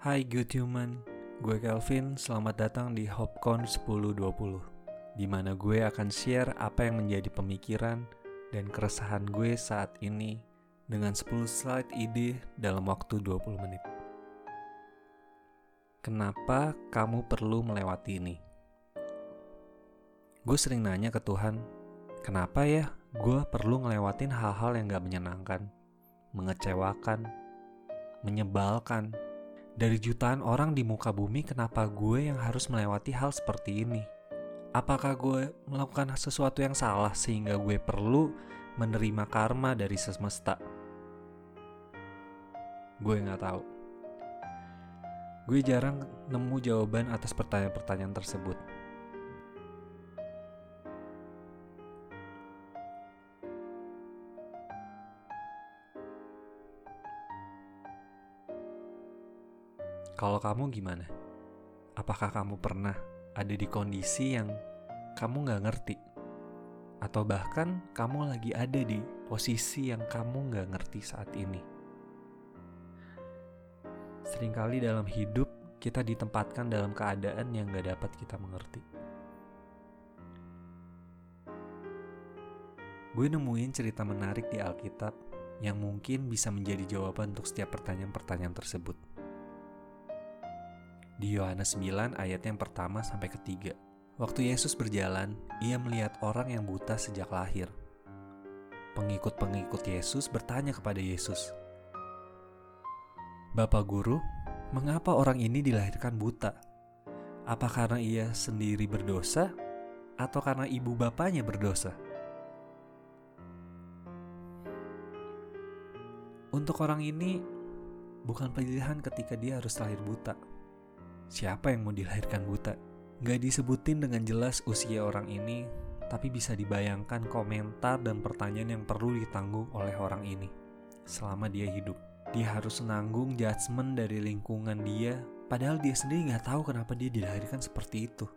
Hai good human, gue Kelvin, selamat datang di Hopcon 1020, di mana gue akan share apa yang menjadi pemikiran dan keresahan gue saat ini dengan 10 slide ide dalam waktu 20 menit. Kenapa kamu perlu melewati ini? Gue sering nanya ke Tuhan, kenapa ya gue perlu ngelewatin hal-hal yang gak menyenangkan, mengecewakan, menyebalkan. Dari jutaan orang di muka bumi, kenapa gue yang harus melewati hal seperti ini? Apakah gue melakukan sesuatu yang salah sehingga gue perlu menerima karma dari semesta? Gue gak tahu. Gue jarang nemu jawaban atas pertanyaan-pertanyaan tersebut. Kalau kamu gimana? Apakah kamu pernah ada di kondisi yang kamu gak ngerti? Atau bahkan kamu lagi ada di posisi yang kamu gak ngerti saat ini? Seringkali dalam hidup kita ditempatkan dalam keadaan yang gak dapat kita mengerti. Gue nemuin cerita menarik di Alkitab yang mungkin bisa menjadi jawaban untuk setiap pertanyaan-pertanyaan tersebut. Di Yohanes 9 ayat yang pertama sampai ketiga. Waktu Yesus berjalan, ia melihat orang yang buta sejak lahir. Pengikut-pengikut Yesus bertanya kepada Yesus, "Bapak Guru, mengapa orang ini dilahirkan buta? Apa karena ia sendiri berdosa atau karena ibu bapaknya berdosa?" Untuk orang ini, bukan pilihan ketika dia harus lahir buta. Siapa yang mau dilahirkan buta? Gak disebutin dengan jelas usia orang ini, tapi bisa dibayangkan komentar dan pertanyaan yang perlu ditanggung oleh orang ini. Selama dia hidup, dia harus menanggung judgement dari lingkungan dia, padahal dia sendiri gak tahu kenapa dia dilahirkan seperti itu.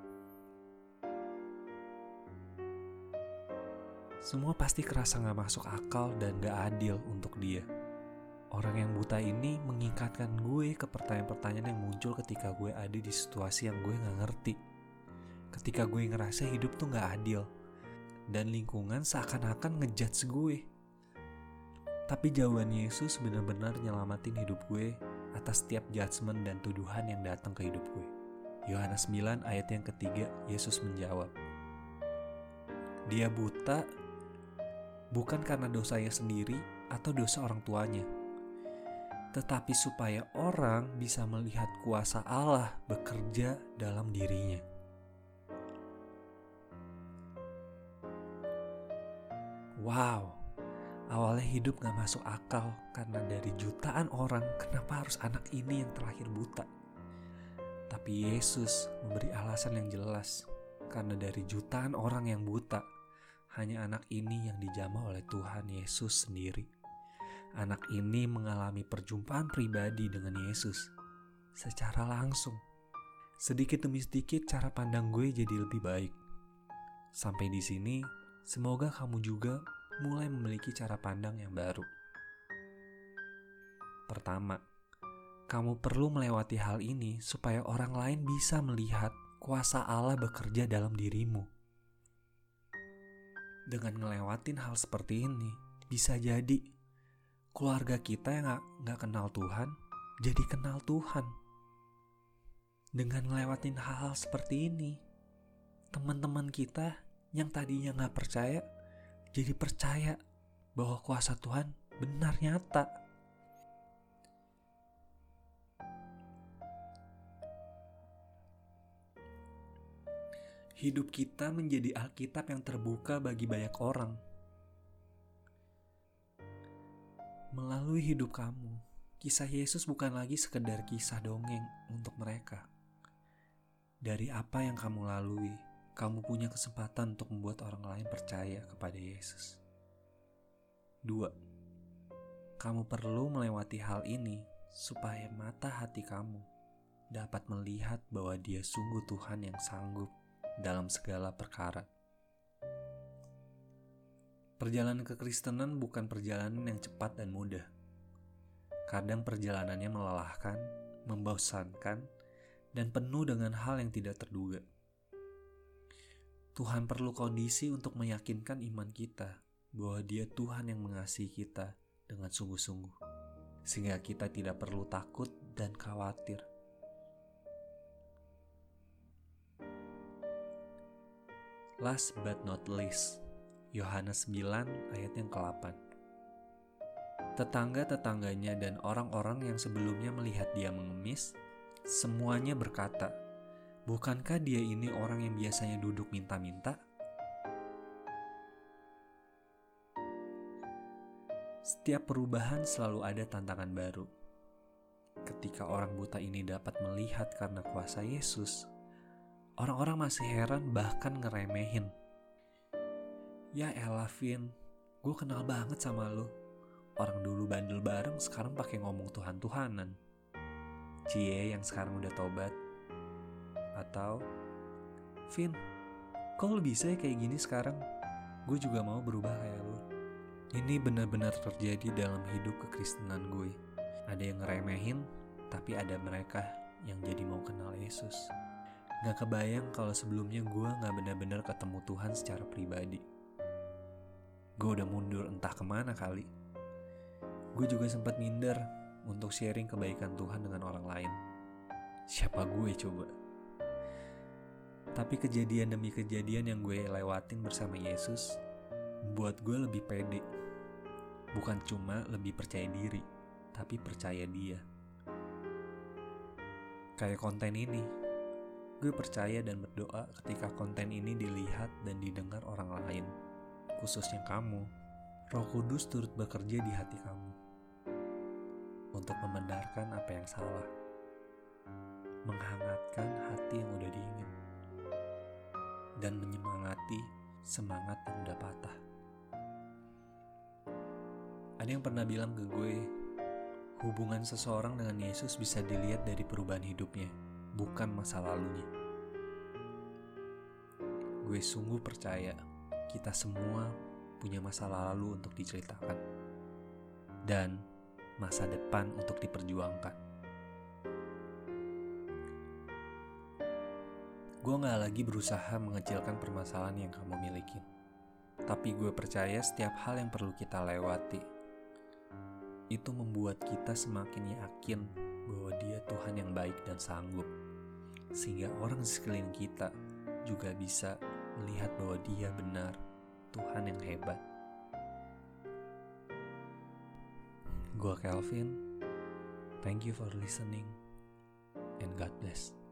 Semua pasti kerasa gak masuk akal dan gak adil untuk dia. Orang yang buta ini mengikatkan gue ke pertanyaan-pertanyaan yang muncul ketika gue ada di situasi yang gue gak ngerti. Ketika gue ngerasa hidup tuh gak adil, dan lingkungan seakan-akan ngejudge gue. Tapi jawaban Yesus benar-benar nyelamatin hidup gue atas setiap judgement dan tuduhan yang datang ke hidup gue. Yohanes 9 ayat yang ketiga, Yesus menjawab, dia buta bukan karena dosanya sendiri atau dosa orang tuanya, tetapi supaya orang bisa melihat kuasa Allah bekerja dalam dirinya. Wow, awalnya hidup gak masuk akal karena dari jutaan orang, kenapa harus anak ini yang terlahir buta? Tapi Yesus memberi alasan yang jelas, karena dari jutaan orang yang buta, hanya anak ini yang dijamah oleh Tuhan Yesus sendiri. Anak ini mengalami perjumpaan pribadi dengan Yesus secara langsung. Sedikit demi sedikit cara pandang gue jadi lebih baik. Sampai di sini, semoga kamu juga mulai memiliki cara pandang yang baru. Pertama, kamu perlu melewati hal ini supaya orang lain bisa melihat kuasa Allah bekerja dalam dirimu. Dengan ngelewatin hal seperti ini, bisa jadi keluarga kita yang gak kenal Tuhan, jadi kenal Tuhan. Dengan ngelewatin hal-hal seperti ini, teman-teman kita yang tadinya gak percaya, jadi percaya bahwa kuasa Tuhan benar nyata. Hidup kita menjadi Alkitab yang terbuka bagi banyak orang. Melalui hidup kamu, kisah Yesus bukan lagi sekedar kisah dongeng untuk mereka. Dari apa yang kamu lalui, kamu punya kesempatan untuk membuat orang lain percaya kepada Yesus. 2. Kamu perlu melewati hal ini supaya mata hati kamu dapat melihat bahwa Dia sungguh Tuhan yang sanggup dalam segala perkara. Perjalanan kekristenan bukan perjalanan yang cepat dan mudah. Kadang perjalanannya melelahkan, membosankan, dan penuh dengan hal yang tidak terduga. Tuhan perlu kondisi untuk meyakinkan iman kita bahwa Dia Tuhan yang mengasihi kita dengan sungguh-sungguh, sehingga kita tidak perlu takut dan khawatir. Last but not least, Yohanes 9 ayat yang ke-8. Tetangga-tetangganya dan orang-orang yang sebelumnya melihat dia mengemis, semuanya berkata, "Bukankah dia ini orang yang biasanya duduk minta-minta?" Setiap perubahan selalu ada tantangan baru. Ketika orang buta ini dapat melihat karena kuasa Yesus, orang-orang masih heran bahkan ngeremehin. "Ya elah Vin, gue kenal banget sama lo. Orang dulu bandel bareng sekarang pakai ngomong Tuhan-Tuhanan. Cie yang sekarang udah tobat." Atau, "Vin, kok lo bisa ya kayak gini sekarang? Gue juga mau berubah kayak lo." Ini benar-benar terjadi dalam hidup kekristenan gue. Ada yang ngeremehin, tapi ada mereka yang jadi mau kenal Yesus. Gak kebayang kalau sebelumnya gue gak benar-benar ketemu Tuhan secara pribadi. Gue udah mundur entah kemana kali. Gue juga sempat minder untuk sharing kebaikan Tuhan dengan orang lain. Siapa gue coba? Tapi kejadian demi kejadian yang gue lewatin bersama Yesus membuat gue lebih pede. Bukan cuma lebih percaya diri, tapi percaya Dia. Kayak konten ini, gue percaya dan berdoa ketika konten ini dilihat dan didengar orang lain, khususnya kamu. Roh Kudus turut bekerja di hati kamu untuk membenarkan apa yang salah, menghangatkan hati yang udah dingin, dan menyemangati semangat yang udah patah. Ada yang pernah bilang ke gue, hubungan seseorang dengan Yesus bisa dilihat dari perubahan hidupnya, bukan masa lalunya. Gue sungguh percaya kita semua punya masa lalu untuk diceritakan dan masa depan untuk diperjuangkan. Gue gak lagi berusaha mengecilkan permasalahan yang kamu miliki, tapi gue percaya setiap hal yang perlu kita lewati itu membuat kita semakin yakin bahwa Dia Tuhan yang baik dan sanggup, sehingga orang di sekeliling kita juga bisa melihat bahwa Dia benar Tuhan yang hebat. Gua Kelvin, thank you for listening and God bless.